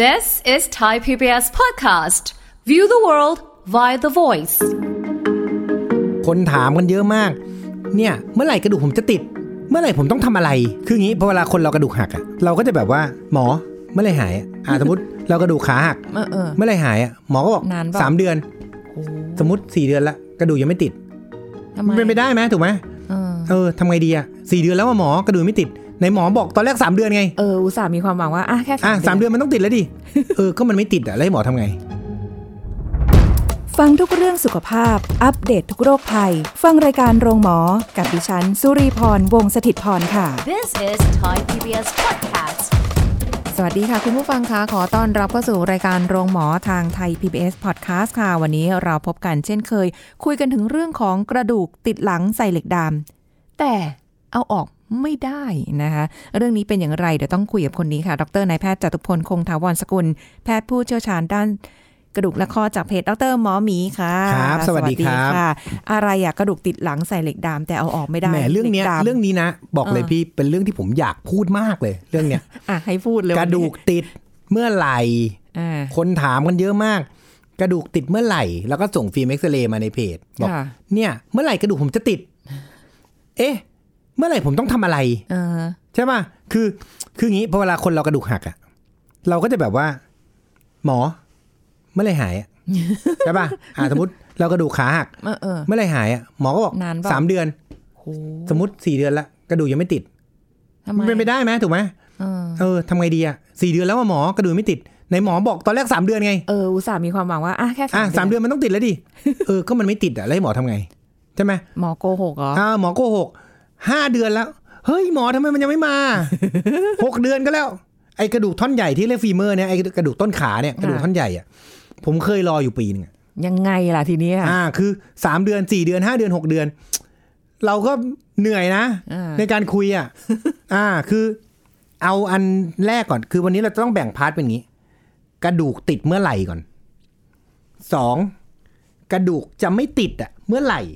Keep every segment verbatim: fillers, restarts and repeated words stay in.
This is Thai พี บี เอส podcast. View the world via the voice. คนถามกันเยอะมากเนี่ยเมื่อไหร่กระดูกผมจะติดเมื่อไหร่ผมต้องทำอะไรคืองี้พอเวลาคนเรากระดูกหักอ่ะเราก็จะแบบว่าหมอเมื่อไหร่หายอ่ะสมมติเรากระดูกขาหักเออเมื่อไหร่หายอ่ะหมอก็บอกสามเดือนสมมติสี่เดือนละกระดูกยังไม่ติดมันเป็นไปได้ไหมถูกไหมเออทำไงดีอ่ะสี่เดือนแล้วว่าหมอกระดูกไม่ติดในหมอบอกตอนแรกสามเดือนไงเอออุตส่าห์มีความหวังว่าอ่ะแค่สามเดือนมันต้องติดแล้วดิเออก็มันไม่ติดอ่ะแล้วหมอทำไงฟังทุกเรื่องสุขภาพอัปเดต ท, ทุกโรคภัยฟังรายการโรงหมอกับดิฉันสุรีพรวงศ์สถิตย์พรค่ะ This is Thai พี บี เอส podcast สวัสดีค่ะคุณผู้ฟังคะขอต้อนรับเข้าสู่รายการโรงหมอทางไทย พี บี เอส podcast ค่ะวันนี้เราพบกันเช่นเคยคุยกันถึงเรื่องของกระดูกติดหลังใส่เหล็กดามแต่เอาออกไม่ได้นะคะเรื่องนี้เป็นอย่างไรเดี๋ยวต้องคุยกับคนนี้ค่ะดรนายแพทย์จตุพลคงถาวรสกุลแพทย์ผู้เชี่ยวชาญด้านกระดูกและข้อจากเพจดรหมอหมีค่ะครับสวัสดีครับอะไรอะกระดูกติดหลังใส่เหล็กดามแต่เอาออกไม่ได้แหมเรื่องนี้เรื่องนี้นะบอกเลยพี่เป็นเรื่องที่ผมอยากพูดมากเลยเรื่องเนี้ยอ่ะให้พูดเลยกระดูกติดเมื่อไหร่คนถามกันเยอะมากกระดูกติดเมื่อไหร่แล้วก็ส่งฟิล์มเอ็กซเรย์มาในเพจบอกเนี่ยเมื่อไหร่กระดูกผมจะติดเอ๊ะเมื่อไหร่ผมต้องทำอะไรใช่ป่ะคือคืองี้พอเวลาคนเรากระดูกหักอ่ะเราก็จะแบบว่าหมอเมื่อไหร่หายอ่ะใช่ป่ะอ่าสมมติเรากระดูกขาหักเมื่อไหร่หายอ่ะหมอก็บอกสามเดือนสมมติสี่เดือนละกระดูกยังไม่ติดมันเป็นไปได้ไหมถูกไหมเออทำไงดีอ่ะสี่เดือนแล้วว่าหมอกระดูกไม่ติดในหมอบอกตอนแรกสามเดือนไงเอออุตส่าห์มีความหวังว่าอ่ะแค่สามเดือนมันต้องติดแล้วดิเออก็มันไม่ติดอ่ะแล้วหมอทำไงใช่ไหมหมอโกหกเหรออ่าหมอโกหกห้าเดือนแล้วเฮ้ยหมอทำไมมันยังไม่มาหกเดือนก็แล้วไอ้กระดูกท่อนใหญ่ที่เรียกฟีเมอร์เนี่ยไอ้กระดูกต้นขาเนี่ยกระดูกท่อนใหญ่อ่ะผมเคยรออยู่ปีนึงยังไงล่ะทีนี้อ่าคือสามเดือนสี่เดือนห้าเดือนหกเดือนเราก็เหนื่อยนะในการคุยอ่ะอ่าคือเอาอันแรกก่อนคือวันนี้เราต้องแบ่งพาร์ทเป็นอย่างนี้กระดูกติดเมื่อไหร่ก่อนสองกระดูกจะไม่ติดอ่ะเมื่อไหร่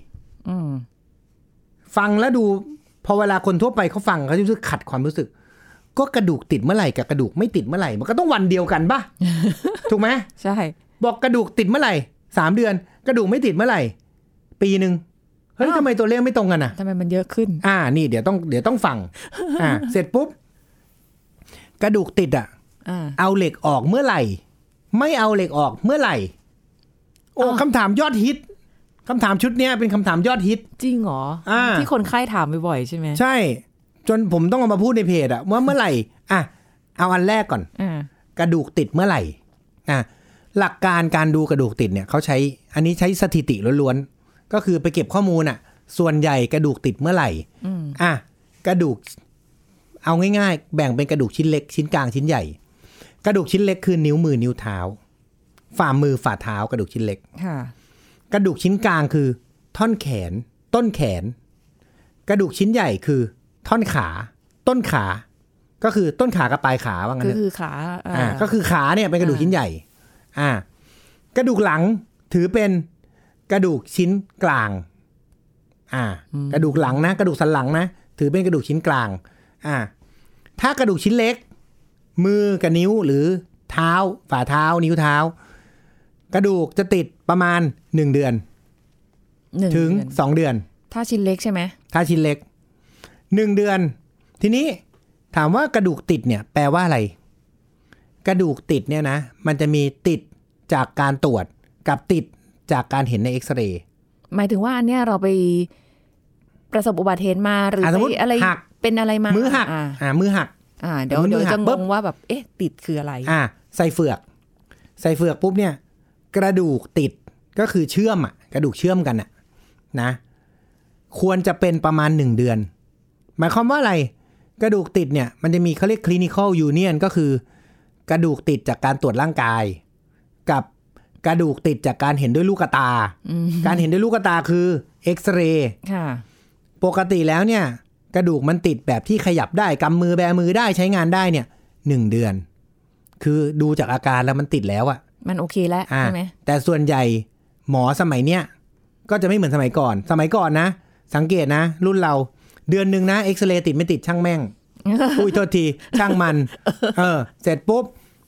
ฟังแล้วดูพอเวลาคนทั่วไปเขาฟังเขาจะรู้สึกขัดความรู้สึกก็กระดูกติดเมื่อไหร่กับกระดูกไม่ติดเมื่อไหร่มันก็ต้องวันเดียวกันป่ะ ถูกไหมใช่บอกกระดูกติดเมื่อไหร่สามเดือนกระดูกไม่ติดเมื่อไหร่ปีนึงเฮ้ยทำไมตัวเลขไม่ตรงกันอ่ะทำไมมันเยอะขึ้นอ่านี่เดี๋ยวต้องเดี๋ยวต้องฟังอ่าเสร็จปุ๊บกระดูกติดอ่ะเอาเหล็กออกเมื่อไหร่ไม่เอาเหล็กออกเมื่อไหร่โอ้คำถามยอดฮิตคำถามชุดนี้เป็นคำถามยอดฮิตจริงเหรอที่คนไข้ถามบ่อยๆใช่ไหมใช่จนผมต้องเอามาพูดในเพจอะว่าเมื่อไหร่อ่ะเอาอันแรกก่อนกระดูกติดเมื่อไหร่อ่ะหลักการการดูกระดูกติดเนี่ยเขาใช้อันนี้ใช้สถิติล้วนๆก็คือไปเก็บข้อมูลอะส่วนใหญ่กระดูกติดเมื่อไหร่อ่ะกระดูกเอาง่ายๆแบ่งเป็นกระดูกชิ้นเล็กชิ้นกลางชิ้นใหญ่กระดูกชิ้นเล็กคือนิ้วมือนิ้วเท้าฝ่ามือฝ่าเท้ากระดูกชิ้นเล็กกระดูกชิ้นกลางคือท่อนแขนต้นแขนกระดูกชิ้นใหญ่คือท่อนขาต้นขาก็คือต้นขากับปลายขาว่างั้นก็คือขาอ่าก็คือขาเนี่ยเป็นกระดูกชิ้นใหญ่อ่ากระดูกหลังถือเป็นกระดูกชิ้นกลางอ่ากระดูกหลังนะกระดูกสันหลังนะถือเป็นกระดูกชิ้นกลางอ่าถ้ากระดูกชิ้นเล็กมือกับนิ้วหรือเท้าฝ่าเท้านิ้วเท้ากระดูกจะติดประมาณหนึ่งเดือนถึงสองเดือนถ้าชิ้นเล็กใช่ไหมถ้าชิ้นเล็กหนึ่งเดือนทีนี้ถามว่ากระดูกติดเนี่ยแปลว่าอะไรกระดูกติดเนี่ยนะมันจะมีติดจากการตรวจกับติดจากการเห็นในเอ็กซเรย์หมายถึงว่าอันเนี้ยเราไปประสบอุบัติเหตุมาหรือไปอะไรเป็นอะไรมามือหักอ่ามือหักอ่าเดี๋ยวเดี๋ยวจะงงว่าแบบเอ๊ะติดคืออะไรอ่าใส่เฟือกใส่เฟือกปุ๊บเนี่ยกระดูกติดก็คือเชื่อมอ่ะกระดูกเชื่อมกันอ่ะนะควรจะเป็นประมาณหนึ่งเดือนหมายความว่าอะไรกระดูกติดเนี่ยมันจะมีเขาเรียก clinical union ก็คือกระดูกติดจากการตรวจร่างกายกับกระดูกติดจากการเห็นด้วยลูกตาการเห็นด้วยลูกตาคือเอ็กซเรย์ปกติแล้วเนี่ยกระดูกมันติดแบบที่ขยับได้กำมือแบมือได้ใช้งานได้เนี่ยหนึ่งเดือนคือดูจากอาการแล้วมันติดแล้วอ่ะมันโอเคแล้วใช่ไหมแต่ส่วนใหญ่หมอสมัยเนี้ยก็จะไม่เหมือนสมัยก่อนสมัยก่อนนะสังเกตนะรุ่นเราเดือนนึงนะเอ็กซเรย์ติดไม่ติดช่างแม่งอุ้ยโทษทีช่างมันเออเสร็จปุ๊บ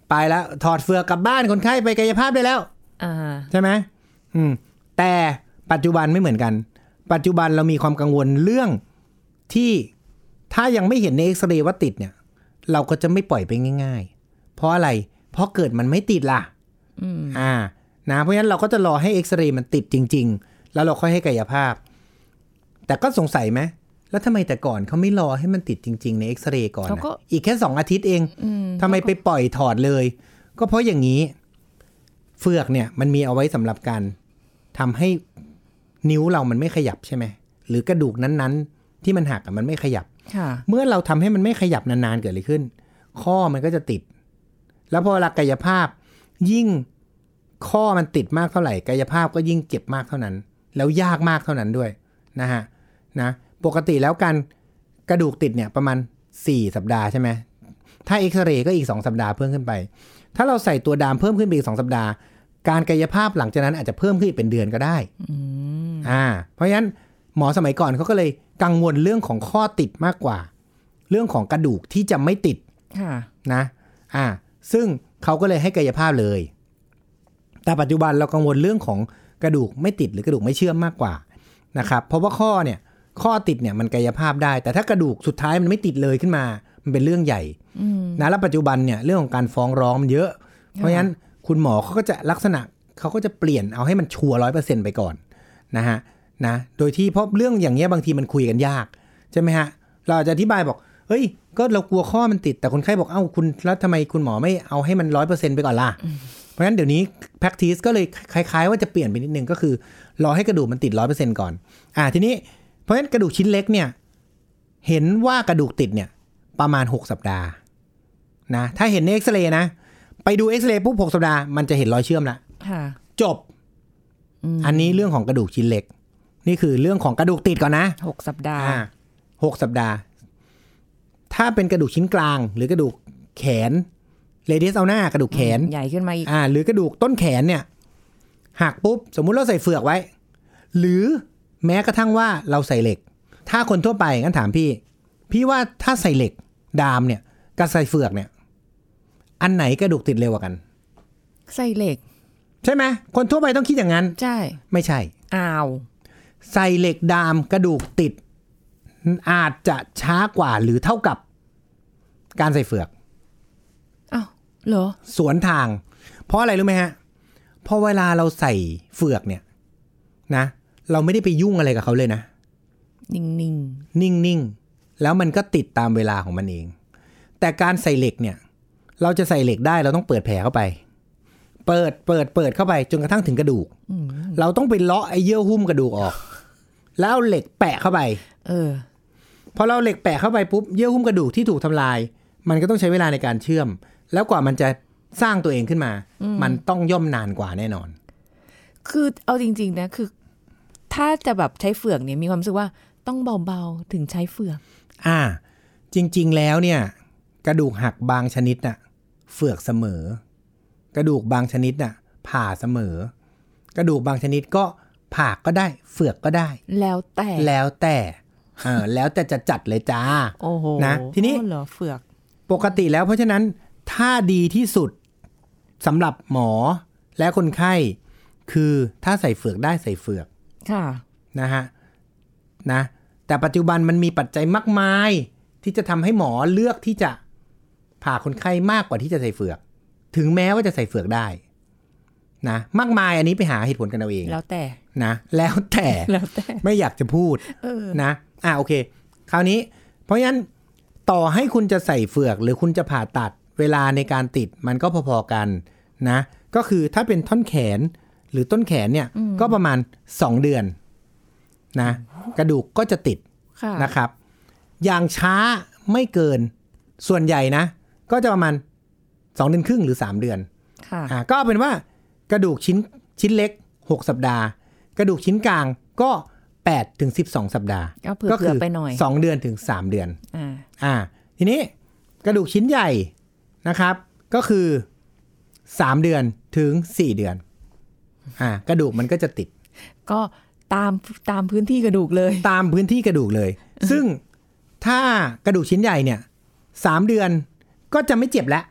ไปแล้วถอดเฟือกกลับบ้านคนไข้ไปกายภาพได้แล้วใช่ไหมอืมแต่ปัจจุบันไม่เหมือนกันปัจจุบันเรามีความกังวลเรื่องที่ถ้ายังไม่เห็นในเอ็กซเรย์ว่าติดเนี่ยเราก็จะไม่ปล่อยไปง่ายๆเพราะอะไรเพราะเกิดมันไม่ติดล่ะอ่านะเพราะฉะนั้นเราก็จะรอให้เอ็กซเรย์มันติดจริงๆแล้วเราค่อยให้กายภาพแต่ก็สงสัยไหมแล้วทำไมแต่ก่อนเขาไม่รอให้มันติดจริงๆในเอ็กซเรย์ก่อนนะอีกแค่สองอาทิตย์เองทำไมไปปล่อยถอดเลยก็เพราะอย่างนี้เฟือกเนี่ยมันมีเอาไว้สำหรับการทำให้นิ้วเรามันไม่ขยับใช่ไหมหรือกระดูกนั้นๆที่มันหักมันไม่ขยับเมื่อเราทำให้มันไม่ขยับนานๆเกิดอะไรขึ้นข้อมันก็จะติดแล้วพอเวลากายภาพยิ่งข้อมันติดมากเท่าไหร่กายภาพก็ยิ่งเจ็บมากเท่านั้นแล้วยากมากเท่านั้นด้วยนะฮะนะปกติแล้วการกระดูกติดเนี่ยประมาณสี่สัปดาห์ใช่ไหมถ้าเอ็กซเรย์ก็อีกสองสัปดาห์เพิ่มขึ้นไปถ้าเราใส่ตัวดามเพิ่มขึ้นไปอีกสองสัปดาห์การกายภาพหลังจากนั้นอาจจะเพิ่มขึ้นเป็นเดือนก็ได้อ่าเพราะฉะนั้นหมอสมัยก่อนเขาก็เลยกังวลเรื่องของข้อติดมากกว่าเรื่องของกระดูกที่จะไม่ติดนะอ่าซึ่งเขาก็เลยให้กายภาพเลยแต่ปัจจุบันเรากังวลเรื่องของกระดูกไม่ติดหรือกระดูกไม่เชื่อมมากกว่านะครับเพราะว่าข้อเนี่ยข้อติดเนี่ยมันกายภาพได้แต่ถ้ากระดูกสุดท้ายมันไม่ติดเลยขึ้นมามันเป็นเรื่องใหญ่นะแล้วปัจจุบันเนี่ยเรื่องของการฟ้องร้องมันเยอะเพราะฉะนั้นคุณหมอเขาก็จะลักษณะเขาก็จะเปลี่ยนเอาให้มันชัวร์ร้อยเปอร์เซ็นต์ไปก่อนนะฮะนะโดยที่เพราะเรื่องอย่างเงี้ยบางทีมันคุยกันยากใช่ไหมฮะเราจะอธิบายบอกเฮ้ยก็เรากลัวข้อมันติดแต่คนไข้บอกเอ้าคุณแล้วทำไมคุณหมอไม่เอาให้มันร้อยเปอร์เซ็นต์ไปก่อนล่ะเพราะฉะนั้นเดี๋ยวนี้ practice ก็เลยคล้ายๆว่าจะเปลี่ยนไปนิดนึงก็คือรอให้กระดูกมันติดร้อยเปอร์เซ็นต์ก่อนอ่าทีนี้เพราะฉะนั้นกระดูกชิ้นเล็กเนี่ยเห็นว่ากระดูกติดเนี่ยประมาณหกสัปดาห์นะถ้าเห็นในเอ็กซเรย์นะไปดูเอ็กซเรย์ปุ๊บหกสัปดาห์มันจะเห็นรอยเชื่อมละจบอันนี้เรื่องของกระดูกชิ้นเล็กนี่คือเรื่องของกระดูกติดก่อนนะหกสัปดาห์หกสัปดาห์ถ้าเป็นกระดูกชิ้นกลางหรือกระดูกแขนเรเดียสเอาหน้ากระดูกแขนใหญ่ขึ้นมาอีกอ่าหรือกระดูกต้นแขนเนี่ยหักปุ๊บสมมุติเราใส่เฟือกไว้หรือแม้กระทั่งว่าเราใส่เหล็กถ้าคนทั่วไปงั้นถามพี่พี่ว่าถ้าใส่เหล็กดามเนี่ยกับใส่เฟือกเนี่ยอันไหนกระดูกติดเร็วกว่ากันใส่เหล็กใช่ไหมคนทั่วไปต้องคิดอย่างนั้นใช่ไม่ใช่อ้าวใส่เหล็กดามกระดูกติดอาจจะช้ากว่าหรือเท่ากับการใส่เฟือกอ้าวเหรอสวนทางเพราะอะไรรู้ไหมฮะเพราะเวลาเราใส่เฟือกเนี่ยนะเราไม่ได้ไปยุ่งอะไรกับเขาเลยนะนิ่งนิ่งนิ่งนิ่งแล้วมันก็ติดตามเวลาของมันเองแต่การใส่เหล็กเนี่ยเราจะใส่เหล็กได้เราต้องเปิดแผลเข้าไปเปิดเปิดเปิดเข้าไปจนกระทั่งถึงกระดูกเราต้องไปเลาะไอ้เยื่อหุ้มกระดูกออกแล้วเอาเหล็กแปะเข้าไปเออพอเราเหล็กแปะเข้าไปปุ๊บเยื่อหุ้มกระดูกที่ถูกทำลายมันก็ต้องใช้เวลาในการเชื่อมแล้วกว่ามันจะสร้างตัวเองขึ้นมามันต้องย่อมนานกว่าแน่นอนคือเอาจริงๆนะคือถ้าจะแบบใช้เฟือกเนี่ยมีความรู้สึกว่าต้องเบาๆถึงใช้เฟือกอ่าจริงๆแล้วเนี่ยกระดูกหักบางชนิดน่ะเฟือกเสมอกระดูกบางชนิดน่ะผ่าเสมอกระดูกบางชนิดก็ผ่าก็ได้เฟือกก็ได้แล้วแต่แล้วแต่เออแล้วแต่จะจัดเลยจ้าโอ้โหนะทีนี้เหรอเฟือกปกติแล้วเพราะฉะนั้นถ้าดีที่สุดสำหรับหมอและคนไข้คือถ้าใส่เฟือกได้ใส่เฟือกค่ะนะฮะนะแต่ปัจจุบันมันมีปัจจัยมากมายที่จะทำให้หมอเลือกที่จะผ่าคนไข้มากกว่าที่จะใส่เฟือกถึงแม้ว่าจะใส่เฟือกได้นะมากมายอันนี้ไปหาเหตุผลกันเอาเองแล้วแต่นะแล้วแต่แล้วแต่ไม่อยากจะพูดนะอ่ะโอเคคราวนี้เพราะฉะนั้นต่อให้คุณจะใส่เฟือกหรือคุณจะผ่าตัดเวลาในการติดมันก็พอๆกันนะก็คือถ้าเป็นท่อนแขนหรือต้นแขนเนี่ยก็ประมาณสองเดือนนะกระดูกก็จะติดนะครับอย่างช้าไม่เกินส่วนใหญ่นะก็จะประมาณสองเดือนครึ่งหรือสามเดือนอ่าก็เป็นว่ากระดูกชิ้นชิ้นเล็กหกสัปดาห์กระดูกชิ้นกลางก็แปดถึงสิบสองสัปดาห์ก็คือไปหน่อยสองเดือนถึงสามเดือนอ่าอ่าทีนี้กระดูกชิ้นใหญ่นะครับก็คือสามเดือนถึงสี่เดือนอ่ากระดูกมันก็จะติดก็ตามตามพื้นที่กระดูกเลยตามพื้นที่กระดูกเลย ซึ่งถ้ากระดูกชิ้นใหญ่เนี่ยสามเดือนก็จะไม่เจ็บแล้ว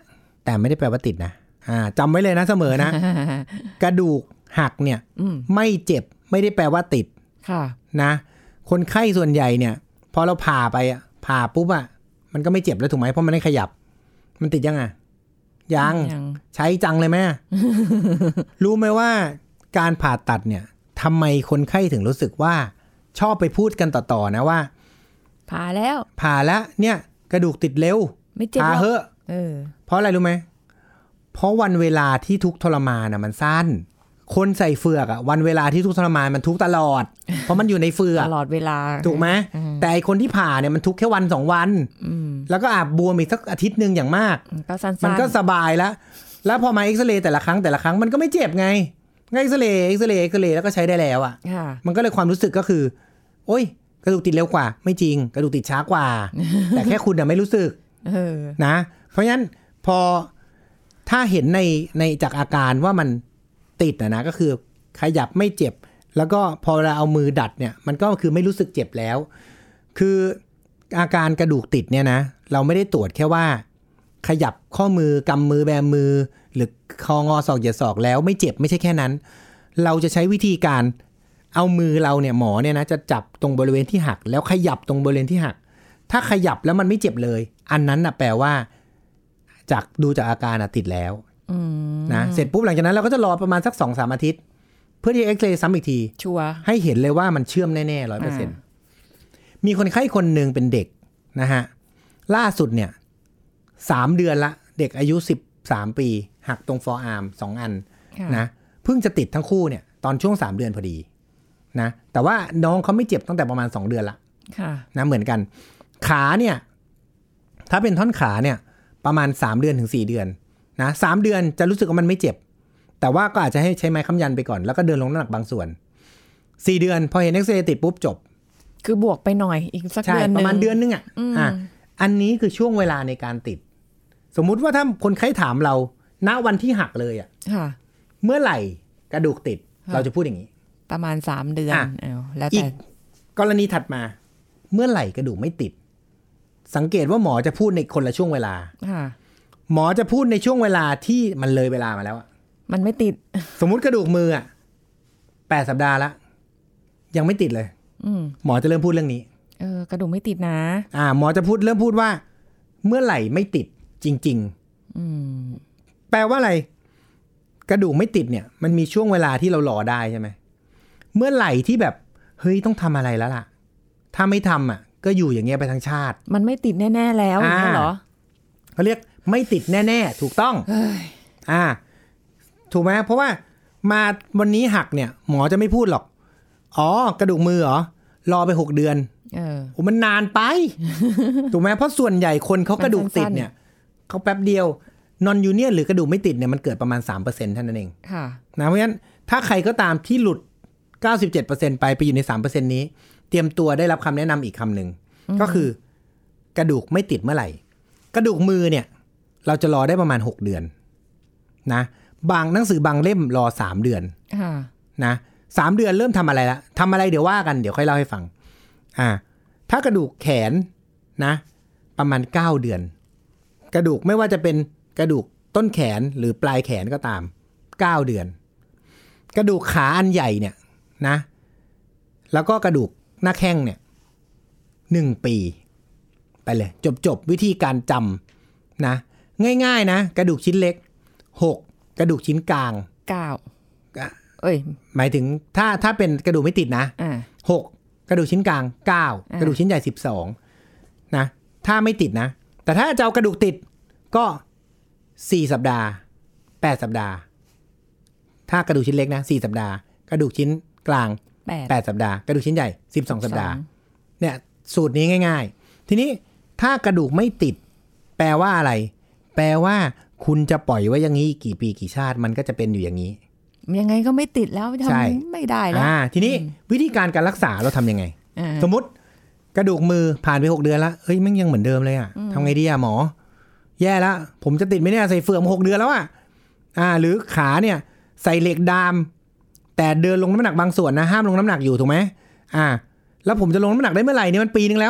แต่ไม่ได้แปลว่าติดนะอ่าจำไว้เลยนะเสมอนะ กระดูกหักเนี่ยไม่เจ็บไม่ได้แปลว่าติดนะคนไข้ส่วนใหญ่เนี่ยพอเราผ่าไปอ่ะผ่าปุ๊บอ่ะมันก็ไม่เจ็บแล้วถูกไหมเพราะมันไม่ขยับมันติดยังไงยังใช้จังเลยแม่ รู้ไหมว่าการผ่าตัดเนี่ยทำไมคนไข้ถึงรู้สึกว่าชอบไปพูดกันต่อๆนะว่าผ่าแล้วผ่าแล้วเนี่ยกระดูกติดเร็วไม่เจ็บผ่าเหอะเออเพราะอะไรรู้ไหมเพราะวันเวลาที่ทุกทรมานน่ะมันสั้นคนใส่เฟือกอ่ะวันเวลาที่ทุกทรมานมันทุกตลอด เพราะมันอยู่ในเฟือกตลอดเวลาถูกไหมแต่ไอคนที่ผ่าเนี่ยมันทุกแค่วันสองวันแล้วก็อาบบวมอีกสักอาทิตย์นึงอย่างมากมันก็สบายแล้วแล้วพอมาเอ็กซเรย์แต่ละครั้งแต่ละครั้งมันก็ไม่เจ็บไงเอ็กซเรย์เอ็กซเรย์เอ็กซเรย์แล้วก็ใช้ได้แล้วอ่ะมันก็เลยความรู้สึกก็คือโอ๊ยกระดูกติดเร็วกว่าไม่จริงกระดูกติดช้ากว่าแต่แค่คุณน่ะไม่รู้สึกนะเพราะฉะนั้นพอถ้าเห็นในในจากอาการว่ามันติดนะนะก็คือขยับไม่เจ็บแล้วก็พอเราเอามือดัดเนี่ยมันก็คือไม่รู้สึกเจ็บแล้วคืออาการกระดูกติดเนี่ยนะเราไม่ได้ตรวจแค่ว่าขยับข้อมือกำมือแบมือหรือคองอศอกเหยียดศอกแล้วไม่เจ็บไม่ใช่แค่นั้นเราจะใช้วิธีการเอามือเราเนี่ยหมอเนี่ยนะจะจับตรงบริเวณที่หักแล้วขยับตรงบริเวณที่หักถ้าขยับแล้วมันไม่เจ็บเลยอันนั้นนะแปลว่าจากดูจากอาการติดแล้วนะเสร็จปุ๊บหลังจากนั้นเราก็จะรอประมาณสัก สองถึงสาม อาทิตย์เพื่อที่เอ็กซเรย์ซ้ำอีกทีชัวร์ให้เห็นเลยว่ามันเชื่อมแน่ๆ หนึ่งร้อยเปอร์เซ็นต์ มีคนไข้คนหนึ่งเป็นเด็กนะฮะล่าสุดเนี่ยสามเดือนละเด็กอายุสิบสามปีหักตรงฟอร์อาร์มสองอันนะเพิ่งจะติดทั้งคู่เนี่ยตอนช่วงสามเดือนพอดีนะแต่ว่าน้องเขาไม่เจ็บตั้งแต่ประมาณสองเดือนละนะเหมือนกันขาเนี่ยถ้าเป็นท่อนขาเนี่ยประมาณสามเดือนถึงสี่เดือนนะสามเดือนจะรู้สึกว่ามันไม่เจ็บแต่ว่าก็อาจจะให้ใช้ไม้ค้ำยันไปก่อนแล้วก็เดินลงน้ำหนักบางส่วนสี่เดือนพอเห็นเอ็กซเรย์ติดปุ๊บจบคือบวกไปหน่อยอีกสักเดือนนึงประมาณเดือนนึงอ่ะอ่ะอันนี้คือช่วงเวลาในการติดสมมุติว่าถ้าคนไข้ถามเราณวันที่หักเลยอ่ะเมื่อไหร่กระดูกติดเราจะพูดอย่างนี้ประมาณสามเดือนแล้วแต่กรณีถัดมาเมื่อไหร่กระดูกไม่ติดสังเกตว่าหมอจะพูดในคนละช่วงเวลาหมอจะพูดในช่วงเวลาที่มันเลยเวลามาแล้วมันไม่ติดสมมุติกระดูกมืออ่ะแปดสัปดาห์ละยังไม่ติดเลยหมอจะเริ่มพูดเรื่องนี้เออกระดูกไม่ติดนะอ่าหมอจะพูดเริ่มพูดว่าเมื่อไหร่ไม่ติดจริงๆอืมแปลว่าอะไรกระดูกไม่ติดเนี่ยมันมีช่วงเวลาที่เรารอได้ใช่ไหมเมื่อไหร่ที่แบบเฮ้ยต้องทำอะไรแล้วล่ะถ้าไม่ทำอ่ะก็อยู่อย่างเงี้ยไปทั้งชาติมันไม่ติดแน่ๆแล้วใช่เหรอเขาเรียกไม่ติดแน่ๆถูกต้องอ่าถูกไหมเพราะว่ามาวันนี้หักเนี่ยหมอจะไม่พูดหรอกอ๋อกระดูกมือเหรอรอไปหกเดือนเออโอ้มันนานไป ถูกไหมเพราะส่วนใหญ่คนเขากระดูกติดเนี่ยเขาแป๊บเดียวนอนยูเนียนหรือกระดูกไม่ติดเนี่ยมันเกิดประมาณ สามเปอร์เซ็นต์ เท่านั้นเองค่ะนะเพราะฉะนั้นถ้าใครก็ตามที่หลุด เก้าสิบเจ็ดเปอร์เซ็นต์ ไปไปอยู่ใน สามเปอร์เซ็นต์ นี้เตรียมตัวได้รับคำแนะนำอีกคำหนึ่งก็คือกระดูกไม่ติดเมื่อไหร่กระดูกมือเนี่ยเราจะรอได้ประมาณหกเดือนนะบางหนังสือบางเล่มรอสามเดือนนะสามเดือนเริ่มทำอะไรละทำอะไรเดี๋ยวว่ากันเดี๋ยวค่อยเล่าให้ฟังอ่าถ้ากระดูกแขนนะประมาณเก้าเดือนกระดูกไม่ว่าจะเป็นกระดูกต้นแขนหรือปลายแขนก็ตามเก้าเดือนกระดูกขาอันใหญ่เนี่ยนะแล้วก็กระดูกหน้าแข้งเนี่ยหนึ่งปีไปเลยจบจบวิธีการจำนะง่ายๆนะกระดูกชิ้นเล็กหกกระดูกชิ้นกลางเก้าเอ้ยหมายถึงถ้าถ้าเป็นกระดูกไม่ติดนะหกกระดูกชิ้นกลางเก้ากระดูกชิ้นใหญ่สิบสองนะถ้าไม่ติดนะแต่ถ้าจะเอากระดูกติดก็สี่สัปดาห์แปดสัปดาห์ถ้ากระดูกชิ้นเล็กนะสี่สัปดาห์กระดูกชิ้นกลางแปดสัปดาห์กระดูกชิ้นใหญ่สิบสองสัปดาห์เนี่ยสูตรนี้ง่ายๆทีนี้ถ้ากระดูกไม่ติดแปลว่าอะไรแปลว่าคุณจะปล่อยไว้อย่างนี้กี่ปีกี่ชาติมันก็จะเป็นอยู่อย่างนี้ยังไงก็ไม่ติดแล้วทำไม่ได้แล้วทีนี้วิธีการการรักษาเราทำยังไงสมมติกระดูกมือผ่านไปหกเดือนแล้วเฮ้ยมันยังเหมือนเดิมเลยอ่ะทำไงดีอ่ะหมอแย่แล้วผมจะติดไหมเนี่ยใส่เฟือกมาหกเดือนแล้วอ่ะอ่าหรือขาเนี่ยใส่เหล็กดามแต่เดินลงน้ำหนักบางส่วนนะห้ามลงน้ำหนักอยู่ถูกไหมอ่าแล้วผมจะลงน้ำหนักได้เมื่อไหร่เนี่ยมันปีนึงแล้วอ่ะ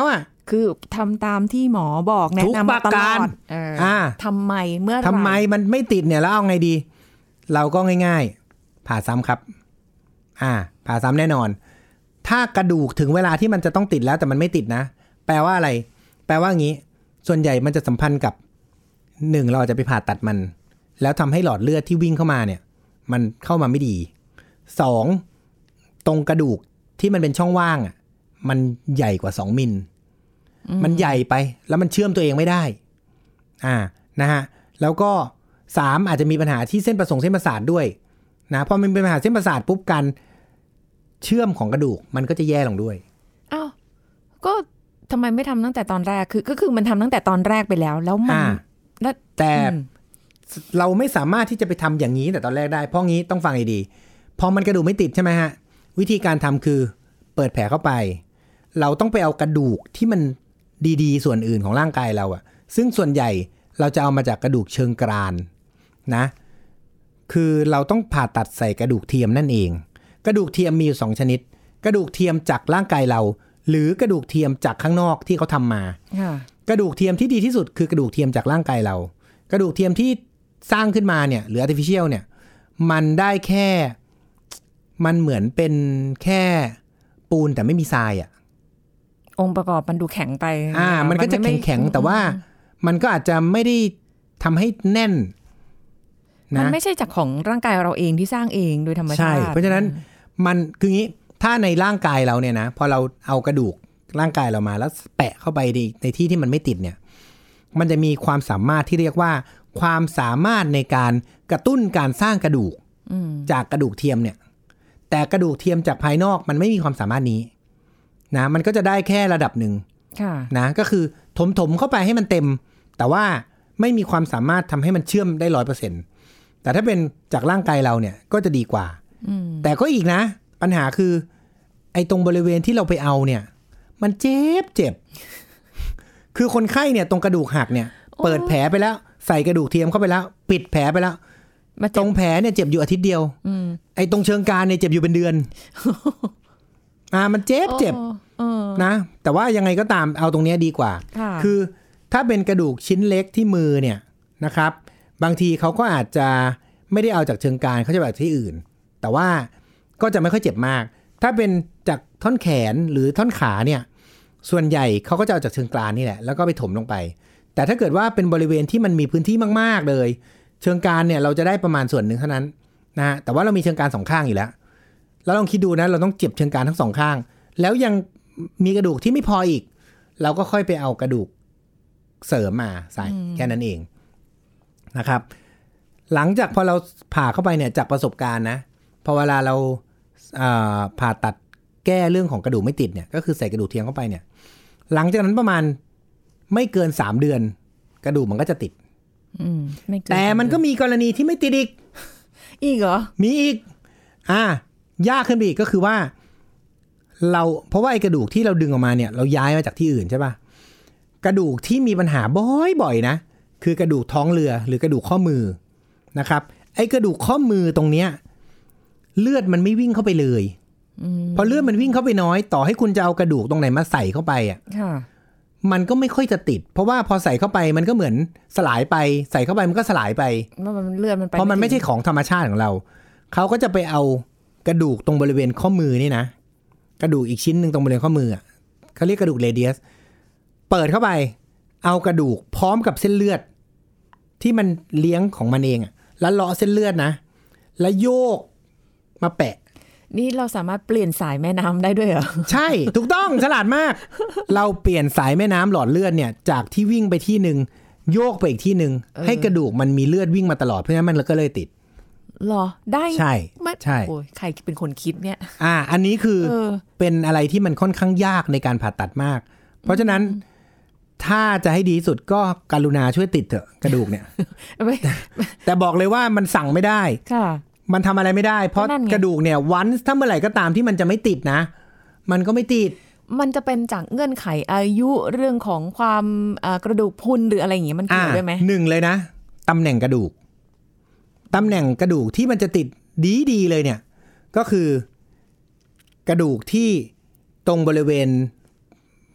คือทำตามที่หมอบอกแนะนำมาตลอดอ่าทำไมเมื่อไหร่ทำไมมันไม่ติดเนี่ยแล้วเอาไงดีเราก็ง่ายๆผ่าซ้ำครับอ่าผ่าซ้ำแน่นอนถ้ากระดูกถึงเวลาที่มันจะต้องติดแล้วแต่มันไม่ติดนะแปลว่าอะไรแปลว่างี้ส่วนใหญ่มันจะสัมพันธ์กับหนึ่งเราจะไปผ่าตัดมันแล้วทำให้หลอดเลือดที่วิ่งเข้ามาเนี่ยมันเข้ามาไม่ดีสองตรงกระดูกที่มันเป็นช่องว่างอ่ะมันใหญ่กว่าสองมิลมันใหญ่ไปแล้วมันเชื่อมตัวเองไม่ได้อ่านะฮะแล้วก็สามอาจจะมีปัญหาที่เส้นประสงค์เส้นประสาทด้วยนะพอมันเป็นปัญหาเส้นประสาทปุ๊บกันเชื่อมของกระดูกมันก็จะแย่ลงด้วยอ้าวก็ทำไมไม่ทำตั้งแต่ตอนแรกคือก็คือมันทำตั้งแต่ตอนแรกไปแล้วแล้วมันแล้วแต่เราไม่สามารถที่จะไปทำอย่างนี้แต่ตอนแรกได้เพราะงี้ต้องฟังให้ดีพอมันกระดูกไม่ติดใช่ไหมฮะวิธีการทำคือเปิดแผลเข้าไปเราต้องไปเอากระดูกที่มันดีๆส่วนอื่นของร่างกายเราอะซึ่งส่วนใหญ่เราจะเอามาจากกระดูกเชิงกรานนะคือเราต้องผ่าตัดใส่กระดูกเทียมนั่นเองกระดูกเทียมมีอยู่สองชนิดกระดูกเทียมจากร่างกายเราหรือกระดูกเทียมจากข้างนอกที่เขาทำมากระดูกเทียมที่ดีที่สุดคือกระดูกเทียมจากร่างกายเรากระดูกเทียมที่สร้างขึ้นมาเนี่ยหรือ artificial เนี่ยมันได้แค่มันเหมือนเป็นแค่ปูนแต่ไม่มีทรายอ่ะองค์ประกอบมันดูแข็งไปอ่ามันก็จะแข็งแข็งแต่ว่ามันก็อาจจะไม่ได้ทำให้แน่นนะมันไม่ใช่จากของร่างกายเราเองที่สร้างเองโดยธรรมชาติใช่เพราะฉะนั้นมันคืองี้ถ้าในร่างกายเราเนี่ยนะพอเราเอากระดูกร่างกายเรามาแล้วแปะเข้าไปในในที่ที่มันไม่ติดเนี่ยมันจะมีความสามารถที่เรียกว่าความสามารถในการกระตุ้นการสร้างกระดูกจากกระดูกเทียมเนี่ยแต่กระดูกเทียมจากภายนอกมันไม่มีความสามารถนี้นะมันก็จะได้แค่ระดับหนึ่งนะก็คือถมๆเข้าไปให้มันเต็มแต่ว่าไม่มีความสามารถทำให้มันเชื่อมได้ ร้อยเปอร์เซ็นต์ แต่ถ้าเป็นจากร่างกายเราเนี่ยก็จะดีกว่าแต่ก็อีกนะปัญหาคือไอ้ตรงบริเวณที่เราไปเอาเนี่ยมันเจ็บเจ็บคือคนไข้เนี่ยตรงกระดูกหักเนี่ยเปิดแผลไปแล้วใส่กระดูกเทียมเข้าไปแล้วปิดแผลไปแล้วตรงแผลเนี่ยเจ็บอยู่อาทิตย์เดียวไอ้ตรงเชิงกรานเนี่ยเจ็บอยู่เป็นเดือนอ่ามันเจ็บเจ็บนะแต่ว่ายังไงก็ตามเอาตรงนี้ดีกว่าคือถ้าเป็นกระดูกชิ้นเล็กที่มือเนี่ยนะครับบางทีเขาก็อาจจะไม่ได้เอาจากเชิงกรานเขาจะแบบที่อื่นแต่ว่าก็จะไม่ค่อยเจ็บมากถ้าเป็นจากท่อนแขนหรือท่อนขาเนี่ยส่วนใหญ่เขาก็จะเอาจากเชิงกรานนี่แหละแล้วก็ไปถมลงไปแต่ถ้าเกิดว่าเป็นบริเวณที่มันมีพื้นที่มากๆเลยเชิงกรานเนี่ยเราจะได้ประมาณส่วนหนึ่งเท่านั้นนะฮะแต่ว่าเรามีเชิงกรานสองข้างอยู่แล้วแล้วลองคิดดูนะเราต้องเจ็บเชิงกรานทั้งสองข้างแล้วยังมีกระดูกที่ไม่พออีกเราก็ค่อยไปเอากระดูกเสริมมาใส่แค่นั้นเองนะครับหลังจากพอเราผ่าเข้าไปเนี่ยจากประสบการณ์นะพอเวลาเราผ่าตัดแก้เรื่องของกระดูกไม่ติดเนี่ยก็คือใส่กระดูกเทียมเข้าไปเนี่ยหลังจากนั้นประมาณไม่เกินสามเดือนกระดูกมันก็จะติดแต่มันก็มีกรณีที่ไม่ติดอีกอีกเหรอมีอีกอ่ายากขึ้นไปอีกก็คือว่าเราเพราะว่าไอ้กระดูกที่เราดึงออกมาเนี่ยเราย้ายมาจากที่อื่นใช่ป่ะกระดูกที่มีปัญหาบ่อยๆนะคือกระดูกท้องเรือหรือกระดูกข้อมือนะครับไอ้กระดูกข้อมือตรงเนี้ยเลือดมันไม่วิ่งเข้าไปเลยพอเลือดมันวิ่งเข้าไปน้อยต่อให้คุณจะเอากระดูกตรงไหนมาใส่เข้าไปอ่ะมันก็ไม่ค่อยจะติดเพราะว่าพอใส่เข้าไปมันก็เหมือนสลายไปใส่เข้าไปมันก็สลายไปเลือดมันไปเพราะมันไม่ใช่ของธรรมชาติของเราเขาก็จะไปเอากระดูกตรงบริเวณข้อมือนี่นะกระดูกอีกชิ้นหนึ่งตรงบริเวณข้อมืออ่ะเขาเรียกกระดูกเรเดียสเปิดเข้าไปเอากระดูกพร้อมกับเส้นเลือดที่มันเลี้ยงของมันเองอ่ะแล้วเลาะเส้นเลือดนะแล้วโยกมาแปะนี่เราสามารถเปลี่ยนสายแม่น้ำได้ด้วยเหรอใช่ถูกต้องฉลาดมากเราเปลี่ยนสายแม่น้ำหลอดเลือดเนี่ยจากที่วิ่งไปที่นึงโยกไปอีกที่นึงให้กระดูกมันมีเลือดวิ่งมาตลอดเพราะฉะนั้นมันก็เลยติดหรอได้ใช่ใช่โอ้ยใครเป็นคนคิดเนี่ยอ่าอันนี้คือเป็นอะไรที่มันค่อนข้างยากในการผ่าตัดมากเพราะฉะนั้นถ้าจะให้ดีสุดก็กรุณาช่วยติดเถอะกระดูกเนี่ย แต่บอกเลยว่ามันสั่งไม่ได้มันทำอะไรไม่ได้เพราะกระดูกเนี่ยวันถ้าเมื่อไหร่ก็ตามที่มันจะไม่ติดนะมันก็ไม่ติดมันจะเป็นจากเงื่อนไขอายุเรื่องของความกระดูกพรุนหรืออะไรอย่างเงี้ยมันเกี่ยวด้วยไหมหนึ่งเลยนะตำแหน่งกระดูกตำแหน่งกระดูกที่มันจะติดดีๆเลยเนี่ยก็คือกระดูกที่ตรงบริเวณ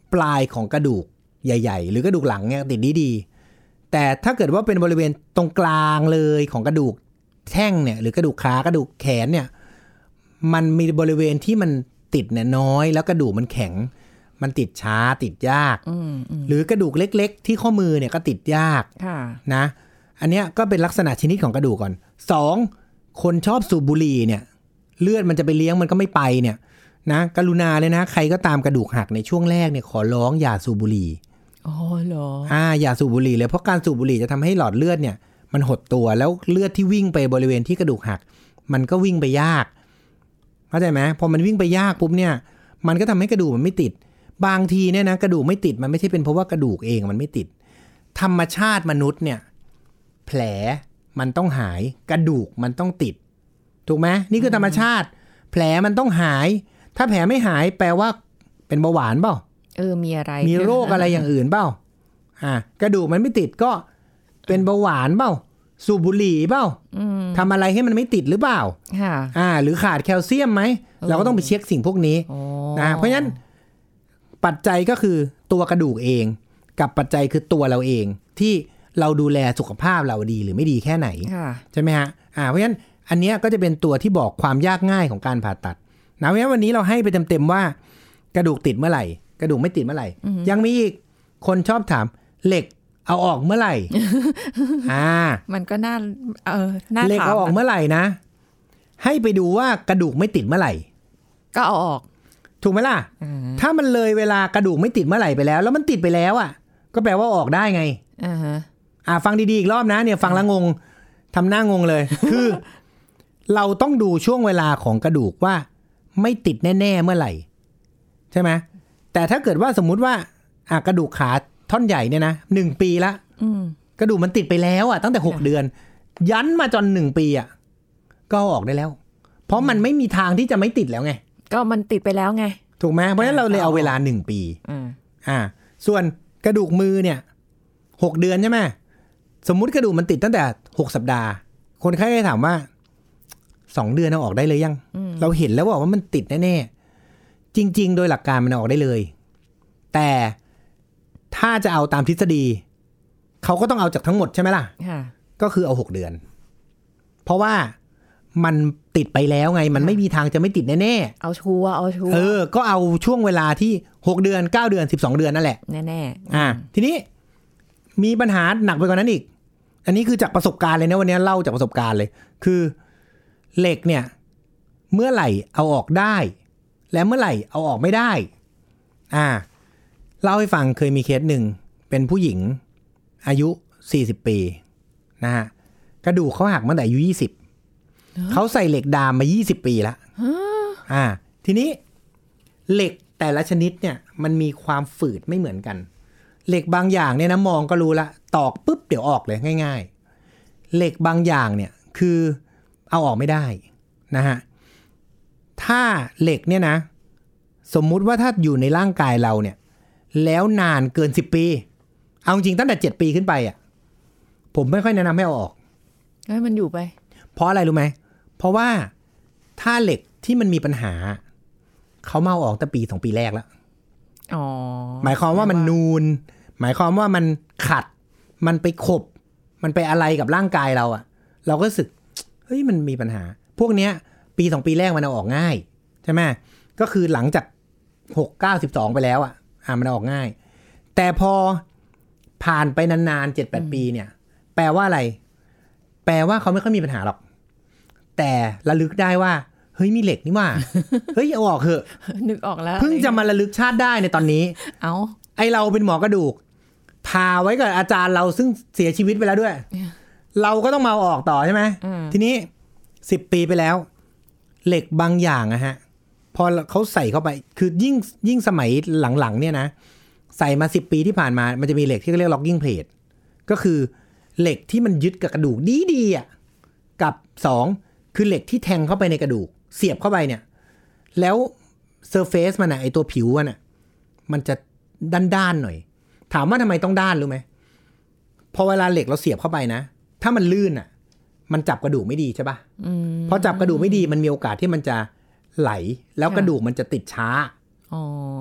ปลายของกระดูกใหญ่ๆหรือกระดูกหลังเนี่ยติดดีๆแต่ถ้าเกิดว่าเป็นบริเวณตรงกลางเลยของกระดูกแท่งเนี่ยหรือกระดูกขากระดูกแขนเนี่ยมันมีบริเวณที่มันติดเนี่ยน้อยแล้วกระดูกมันแข็งมันติดช้าติดยากหรือกระดูกเล็กๆที่ข้อมือเนี่ยก็ติดยากนะอันเนี้ยก็เป็นลักษณะชนิดของกระดูกก่อนสองคนชอบสูบบุหรี่เนี่ยเลือดมันจะไปเลี้ยงมันก็ไม่ไปเนี่ยนะกรุณาเลยนะใครก็ตามกระดูกหักในช่วงแรกเนี่ยขอร้องอย่าสูบบุหรี่อ๋อเหรออ่าอย่าสูบบุหรี่เลยเพราะการสูบบุหรี่จะทำให้หลอดเลือดเนี่ยมันหดตัวแล้วเลือดที่วิ่งไปบริเวณที่กระดูกหักมันก็วิ่งไปยากเข้าใจไหมพอมันวิ่งไปยากปุ๊บเนี่ยมันก็ทำให้กระดูกมันไม่ติดบางทีเนี่ยนะกระดูกไม่ติดมันไม่ใช่เป็นเพราะว่ากระดูกเองมันไม่ติดธรรมชาติมนุษย์เนี่ยแผลมันต้องหายกระดูกมันต้องติดถูกไหมนี่คือธรรมชาติแผลมันต้องหายถ้าแผลไม่หายแปลว่าเป็นเบาหวานเปล่าเออมีอะไรมีโรคอะไรอย่างอื่นเปล่าอ่ากระดูกมันไม่ติดก็เป็นเบาหวานเปล่าสูบบุหรี่เปล่าทำอะไรให้มันไม่ติดหรือเปล่าอ่าหรือขาดแคลเซียมไหมเราก็ต้องไปเช็คสิ่งพวกนี้นะเพราะฉะนั้นปัจจัยก็คือตัวกระดูกเองกับปัจจัยคือตัวเราเองที่เราดูแลสุขภาพเราดีหรือไม่ดีแค่ไหนใช่ไหมฮะอ่าเพราะฉะนั้นอันนี้ก็จะเป็นตัวที่บอกความยากง่ายของการผ่าตัดนะเพราะฉะนั้นวันนี้เราให้ไปเต็มๆว่ากระดูกติดเมื่อไหร่กระดูกไม่ติดเมื่อไหร่ยังมีอีกคนชอบถามเหล็กเอาออกเมื่อไหร่ อ่ามันก็น่าเออน่าถามเหล็กเอาออกเมื่อไหร่นะให้ไปดูว่ากระดูกไม่ติดเมื่อไหร่ก็เอาออกถูกไหมล่ะถ้ามันเลยเวลากระดูกไม่ติดเมื่อไหร่ไปแล้วแล้วมันติดไปแล้วอ่ะก็แปลว่าออกได้ไงอ่าฮะอ่าฟังดีๆอีกรอบนะเนี่ยฟังแล้วงงทำหน้างงเลย คือเราต้องดูช่วงเวลาของกระดูกว่าไม่ติดแน่ๆเมื่อไหร่ใช่ไหมแต่ถ้าเกิดว่าสมมุติว่าอ่ะกระดูกขาท่อนใหญ่เนี่ยนะหนึ่งปีละกระดูกมันติดไปแล้วอ่ะตั้งแต่หกเดือนยันมาจนหนึ่งปีอ่ะก็ออกได้แล้วเพราะมันไม่มีทางที่จะไม่ติดแล้วไงก็มันติดไปแล้วไงถูกไหมเพราะฉะนั้นเราเลยเอาเวลาหนึ่งปีอ่าส่วนกระดูกมือเนี่ยหกเดือนใช่ไหมสมมุติกระดูกมันติดตั้งแต่หกสัปดาห์คนไข้ถามว่าสองเดือนเอาออกได้เลยยังเราเห็นแล้วว่ามันติดแน่ๆจริงๆโดยหลักการมันเอาออกได้เลยแต่ถ้าจะเอาตามทฤษฎีเขาก็ต้องเอาจากทั้งหมดใช่ไหมล่ะก็คือเอาหกเดือนเพราะว่ามันติดไปแล้วไงมันไม่มีทางจะไม่ติดแน่ๆเอาชัวร์เอาชัวร์เออก็เอาช่วงเวลาที่หกเดือนเก้าเดือนสิบสองเดือนนั่นแหละแน่ๆอ่าทีนี้มีปัญหาหนักไปกว่านั้นอีกอันนี้คือจากประสบการณ์เลยนะวันนี้เล่าจากประสบการณ์เลยคือเหล็กเนี่ยเมื่อไหร่เอาออกได้และเมื่อไหร่เอาออกไม่ได้อ่าเล่าให้ฟังเคยมีเคสหนึ่งเป็นผู้หญิงอายุสี่สิบปีนะฮะกระดูกเขาหักมาตั้งแต่อายุยี่สิบเขาใส่เหล็กดามมายี่สิบปีแล้วอ่าทีนี้เหล็กแต่ละชนิดเนี่ยมันมีความฝืดไม่เหมือนกันเหล็กบางอย่างเนี่ยนะมองก็รู้ละตอกปุ๊บเดี๋ยวออกเลยง่ายๆเหล็กบางอย่างเนี่ยคือเอาออกไม่ได้นะฮะถ้าเหล็กเนี่ยนะสมมุติว่าถ้าอยู่ในร่างกายเราเนี่ยแล้วนานเกินสิบปีเอาจริงตั้งแต่เจ็ดปีขึ้นไปอ่ะผมไม่ค่อยแนะนำให้เอาออกให้มันอยู่ไปเพราะอะไรรู้ไหมเพราะว่าถ้าเหล็กที่มันมีปัญหาเขาเมาออกตั้งปีสองปีแรกแล้วอ๋อหมายความว่ามันนูนหมายความว่ามันขัดมันไปขบมันไปอะไรกับร่างกายเราอ่ะเราก็รู้สึกเฮ้ยมันมีปัญหาพวกเนี้ยปีสองปีแรกมันเอาออกง่ายใช่ไหมก็คือหลังจากหก เก้า สิบสองไปแล้วอ่ะอ่ามันเอาออกง่ายแต่พอผ่านไปนานๆ เจ็ด แปด ปีเนี่ยแปลว่าอะไรแปลว่าเขาไม่ค่อยมีปัญหาหรอกแต่ระลึกได้ว่าเฮ้ยมีเหล็กนี่ว่า เฮ้ยเอาออกเถอะนึกออกแล้วเพิ่งจะมาระลึกชาติได้ในตอนนี้เอาไอเราเป็นหมอกระดูกพาไว้กับอาจารย์เราซึ่งเสียชีวิตไปแล้วด้วย เราก็ต้องมาออกต่อใช่ไหมทีนี้สิบปีไปแล้วเหล็กบางอย่างอะฮะพอเขาใส่เข้าไปคือยิ่งยิ่งสมัยหลังๆเนี่ยนะใส่มาสิบปีที่ผ่านมามันจะมีเหล็กที่เรียก locking plate ก็คือเหล็กที่มันยึดกับกระดูกดีๆอ่ะกับสองคือเหล็กที่แทงเข้าไปในกระดูกเสียบเข้าไปเนี่ยแล้วเซอร์เฟซมันอะไอตัวผิวมันอะมันจะด้านๆหน่อยถามว่าทำไมต้องด้านรู้ไหมพอเวลาเหล็กเราเสียบเข้าไปนะถ้ามันลื่นอะมันจับกระดูกไม่ดีใช่ป่ะพอจับกระดูกไม่ดีมันมีโอกาสที่มันจะไหลแล้วกระดูกมันจะติดช้า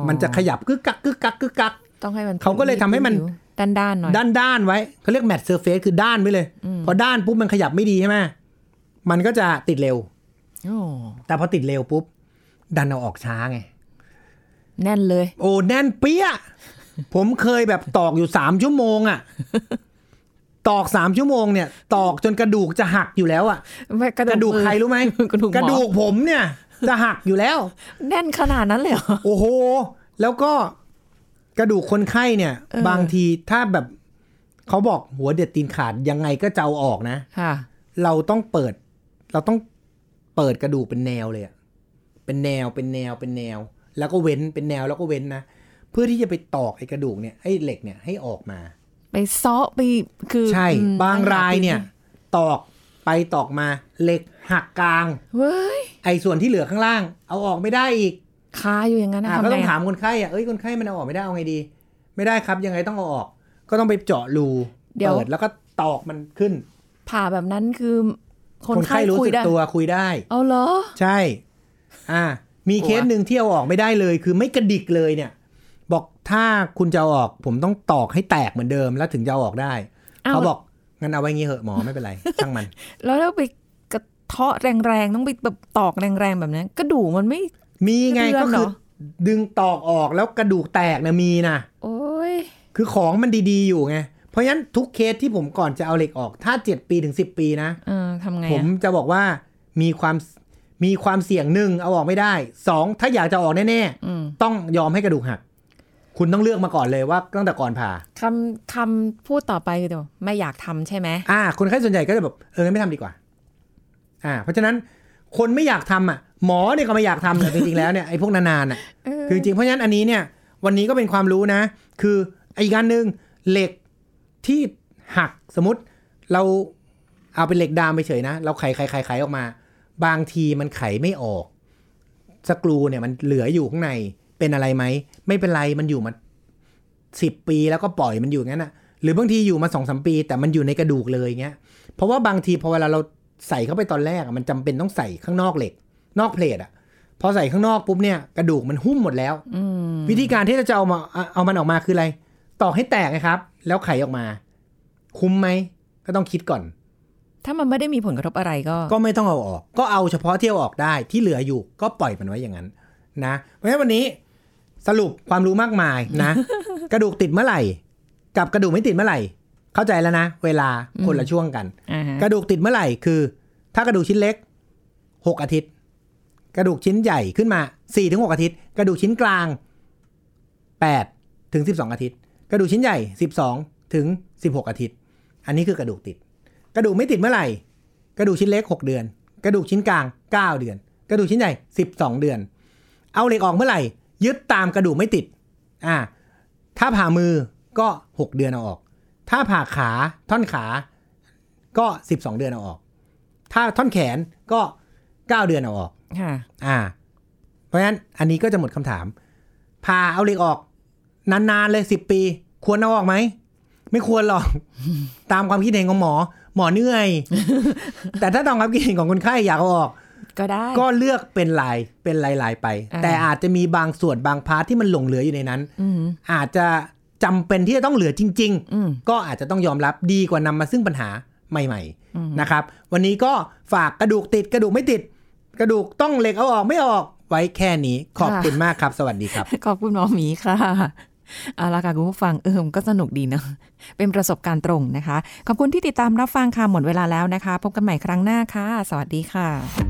มันจะขยับกึกกักกึกกักกึกกักต้องให้มันเขาก็เลยทำให้มันด้านๆหน่อยด้านๆไว้เขาเรียกแมทเซอร์เฟซคือด้านไว้เลยพอด้านปุ๊บมันขยับไม่ดีใช่ไหมมันก็จะติดเร็วแต่พอติดเร็วปุ๊บดันเอาออกช้าไงแน่นเลยโอ้แน่นเปี้ยผมเคยแบบตอกอยู่สามชั่วโมงอ่ะตอกสามชั่วโมงเนี่ยตอกจนกระดูกจะหักอยู่แล้วอ่ะกระดูกใครรู้ไหมกระดูกผมเนี่ยจะหักอยู่แล้วแน่นขนาดนั้นเลยเหรอโอ้โหแล้วก็กระดูกคนไข้เนี่ยบางทีถ้าแบบเขาบอกหัวเด็ดตีนขาดยังไงก็จะเอาออกนะเราต้องเปิดเราต้องเปิดกระดูกเป็นแนวเลยอ่ะเป็นแนวเป็นแนวเป็นแนวแล้วก็เว้นเป็นแนวแล้วก็เว้นนะเพื่อที่จะไปตอกไอ้กระดูกเนี่ยไอ้เหล็กเนี่ยให้ออกมาไปเซาะไปคือใช่บางรายเนี่ยตอกไปตอกมาเหล็กหักกลางเว้ยไอ้ส่วนที่เหลือข้างล่างเอาออกไม่ได้อีกคาอยู่อย่างนั้นนะก็ต้องถามคนไข้อ่ะเอ้ยคนไข้มันเอาออกไม่ได้เอาไงดีไม่ได้ครับยังไงต้องเอาออกก็ต้องไปเจาะรูเปิดแล้วก็ตอกมันขึ้นผ่าแบบนั้นคือคนไข้รู้สึกตัวคุยได้เอาเหรอใช่อ่ามีเคสหนึ่งที่เอาออกไม่ได้เลยคือไม่กระดิกเลยเนี่ยบอกถ้าคุณจะเอาออกผมต้องตอกให้แตกเหมือนเดิมแล้วถึงจะเอาออกได้เขาบอกงั้นเอาไว้งี้เหอะหมอไม่เป็นไรช่างมันแล้วแล้วไปกระเทาะแรงๆต้องไปแบบตอกแรงๆแบบนั้นกระดูกมันไม่มีไงก็คือดึงตอกออกแล้วกระดูกแตกนะมีนะโอ้ยคือของมันดีๆอยู่ไงเพราะฉะนั้นทุกเคสที่ผมก่อนจะเอาเหล็กออกถ้าเจ็ดปีถึงสิบปีนะเออทำไงผมจะบอกว่ามีความมีความเสี่ยงหนึ่งเอาออกไม่ได้สองถ้าอยากจะออกแน่ๆต้องยอมให้กระดูกหักคุณต้องเลือกมาก่อนเลยว่าตั้งแต่ก่อนผ่าคำคำพูดต่อไปคือเดี๋ยวไม่อยากทำใช่ไหมอ่าคนไข้ส่วนใหญ่ก็จะแบบเออไม่ทำดีกว่าอ่าเพราะฉะนั้นคนไม่อยากทำอ่ะหมอเนี่ยก็ไม่อยากทำเลยจริงๆแล้วเนี่ยไอ้พวกนานๆอ่ะคือจริงเพราะฉะนั้นอันนี้เนี่ยวันนี้ก็เป็นความรู้นะคืออีกอันนึงเหล็กที่หักสมมติเราเอาเป็นเหล็กดามไปเฉยนะเราไขไขไขไขออกมาบางทีมันไขไม่ออกสกรูเนี่ยมันเหลืออยู่ข้างในเป็นอะไรไหมไม่เป็นไรมันอยู่มาสิบปีแล้วก็ปล่อยมันอยู่งั้นนะหรือบางทีอยู่มา สองถึงสาม ปีแต่มันอยู่ในกระดูกเลยเงี้ยเพราะว่าบางทีพอเวลาเราใส่เข้าไปตอนแรกมันจำเป็นต้องใส่ข้างนอกเหล็กนอกเพลทอ่ะพอใส่ข้างนอกปุ๊บเนี่ยกระดูกมันหุ้มหมดแล้ววิธีการที่จะเอามาเอามันออกมาคืออะไรตอกให้แตกนะครับแล้วไขออกมาคุ้มไหมก็ต้องคิดก่อนถ้ามันไม่ได้มีผลกระทบอะไรก็ก็ไม่ต้องเอาออกก็เอาเฉพาะที่เอาออกได้ที่เหลืออยู่ก็ปล่อยมันไว้อย่างนั้นนะเพราะฉะนั้นวันนี้สรุปความรู้มากมายนะ กระดูกติดเมื่อไหร่กับกระดูกไม่ติดเมื่อไหร่เข้าใจแล้วนะเวลาคนละช่วงกัน uh-huh. กระดูกติดเมื่อไหร่คือถ้ากระดูกชิ้นเล็กหกอาทิตย์กระดูกชิ้นใหญ่ขึ้นมา สี่ถึงหก อาทิตย์กระดูกชิ้นกลางแปดถึงสิบสองอาทิตย์กระดูกชิ้นใหญ่สิบสองถึงสิบหกอาทิตย์อันนี้คือกระดูกติดกระดูกไม่ติดเมื่อไหร่กระดูกชิ้นเล็กหกเดือนกระดูกชิ้นกลางเก้าเดือนกระดูกชิ้นใหญ่สิบสองเดือนเอาเหล็กออกเมื่อไหร่ยึดตามกระดูกไม่ติดอ่าถ้าผ่ามือก็หกเดือนเอาออกถ้าผ่าขาท่อนขาก็สิบสองเดือนเอาออกถ้าท่อนแขนก็เก้าเดือนเอาออกค่ะอ่าเพราะฉะนั้นอันนี้ก็จะหมดคำถามผ่าเอาเหล็กออกนานๆเลยสิบปีควรเอาออกไหมไม่ควรหรอกตามความคิดเห็นของหมอหมอเหนื่อย แต่ถ้าตามความคิดเห็นของคนไข้อยากเอาออกก็ได้ก็เลือกเป็นลายเป็นลายๆไปแต่อาจจะมีบางส่วนบางพาร์ทที่มันหลงเหลืออยู่ในนั้นอาจจะจำเป็นที่จะต้องเหลือจริงๆก็อาจจะต้องยอมรับดีกว่านำมาซึ่งปัญหาใหม่ๆนะครับวันนี้ก็ฝากกระดูกติดกระดูกไม่ติดกระดูกต้องเหล็กเอาออกไม่ออกไว้แค่นี้ขอบคุณมากครับสวัสดีครับขอบคุณหมอหมีค่ะเอาล่ะค่ะคุณผู้ฟังเออก็สนุกดีเนาะเป็นประสบการณ์ตรงนะคะขอบคุณที่ติดตามรับฟังค่ะหมดเวลาแล้วนะคะพบกันใหม่ครั้งหน้าค่ะสวัสดีค่ะ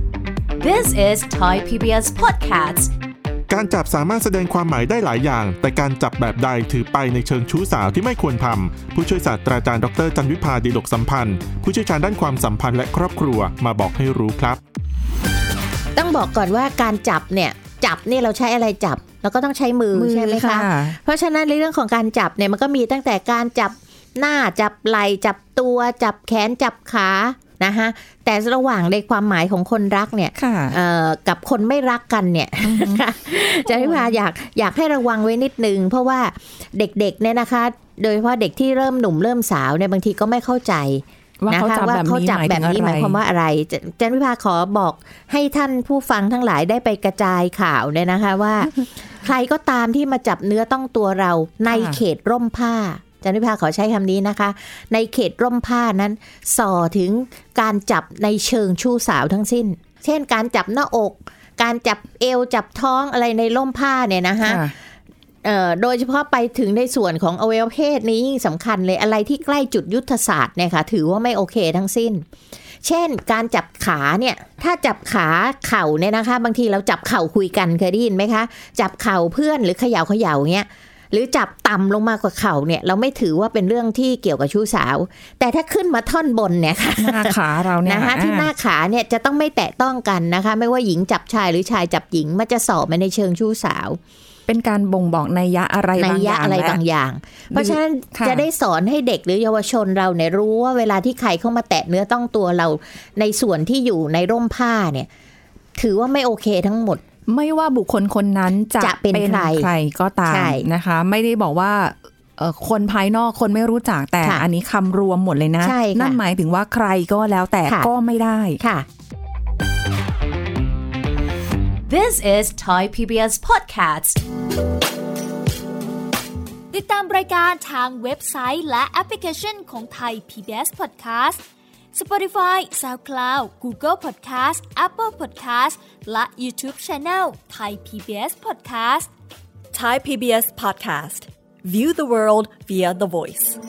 This is Thai พี บี เอส Podcast การจับสามารถแสดงความหมายได้หลายอย่างแต่การจับแบบใดถือไปในเชิงชู้สาวที่ไม่ควรทำผู้ช่วยศาสตราจารย์ดรจันวิภาดิลกสัมพันธ์ผู้เชี่ยวชาญด้านความสัมพันธ์และครอบครัวมาบอกให้รู้ครับต้องบอกก่อนว่าการจับเนี่ยจับเนี่ยเราใช้อะไรจับเราก็ต้องใช้มือใช่ไหมคะเพราะฉะนั้นในเรื่องของการจับเนี่ยมันก็มีตั้งแต่การจับหน้าจับไหล่จับตัวจับแขนจับขานะคะแต่ระหว่างในความหมายของคนรักเนี่ยกับคนไม่รักกันเนี่ยจะให้พาอยากอยากให้ระวังไว้นิดนึงเพราะว่าเด็กๆเนี่ยนะคะโดยเฉพาะเด็กที่เริ่มหนุ่มเริ่มสาวเนี่ยบางทีก็ไม่เข้าใจนะคะว่าเขาจับแบบนี้หมายความว่าอะไรอาจารย์วิภาขอบอกให้ท่านผู้ฟังทั้งหลายได้ไปกระจายข่าวเนี่ยนะคะว่า ใครก็ตามที่มาจับเนื้อต้องตัวเราในเขตร่มผ้าอาจารย์วิภาขอใช้คำนี้นะคะในเขตร่มผ้านั้นส่อถึงการจับในเชิงชู้สาวทั้งสิ้นเช่นการจับหน้าอกการจับเอวจับท้องอะไรในร่มผ้าเนี่ยนะคะโดยเฉพาะไปถึงในส่วนของอวัยวะเพศนี้ยิ่งสำคัญเลยอะไรที่ใกล้จุดยุทธศาสตร์เนี่ยค่ะถือว่าไม่โอเคทั้งสิ้นเช่นการจับขาเนี่ยถ้าจับขาเข่าเนี่ยนะคะบางทีเราจับเข่าคุยกันเคยได้ยินไหมคะจับเข่าเพื่อนหรือเขย่าเขย่าเงี้ยหรือจับต่ำลงมากว่าเข่าเนี่ยเราไม่ถือว่าเป็นเรื่องที่เกี่ยวกับชู้สาวแต่ถ้าขึ้นมาท่อนบนเนี่ยค่ะหน้าขาเราเนี่ยนะคะที่หน้าขาเนี่ยจะต้องไม่แตะต้องกันนะคะไม่ว่าหญิงจับชายหรือชายจับหญิงมันจะสอบมาในเชิงชู้สาวเป็นการบ่งบอกนัยยะอะไรบางอย่างอะไรบางอย่างเพราะฉะนั้นจะได้สอนให้เด็กหรือเยาวชนเราเนี่ยรู้ว่าเวลาที่ใครเข้ามาแตะเนื้อต้องตัวเราในส่วนที่อยู่ในร่มผ้าเนี่ยถือว่าไม่โอเคทั้งหมดไม่ว่าบุคคลคนนั้นจะจะเป็นใครใครก็ตามนะคะไม่ได้บอกว่าคนภายนอกคนไม่รู้จักแต่อันนี้คำรวมหมดเลยนะนั่นหมายถึงว่าใครก็แล้วแต่ก็ไม่ได้ค่ะ This is Thai พี บี เอส Podcast ติดตามรายการทางเว็บไซต์และแอปพลิเคชันของ Thai พี บี เอส Podcast Spotify, SoundCloud, Google Podcast, Apple Podcast และ YouTube Channel Thai พี บี เอส Podcast Thai พี บี เอส Podcast View the world via the voice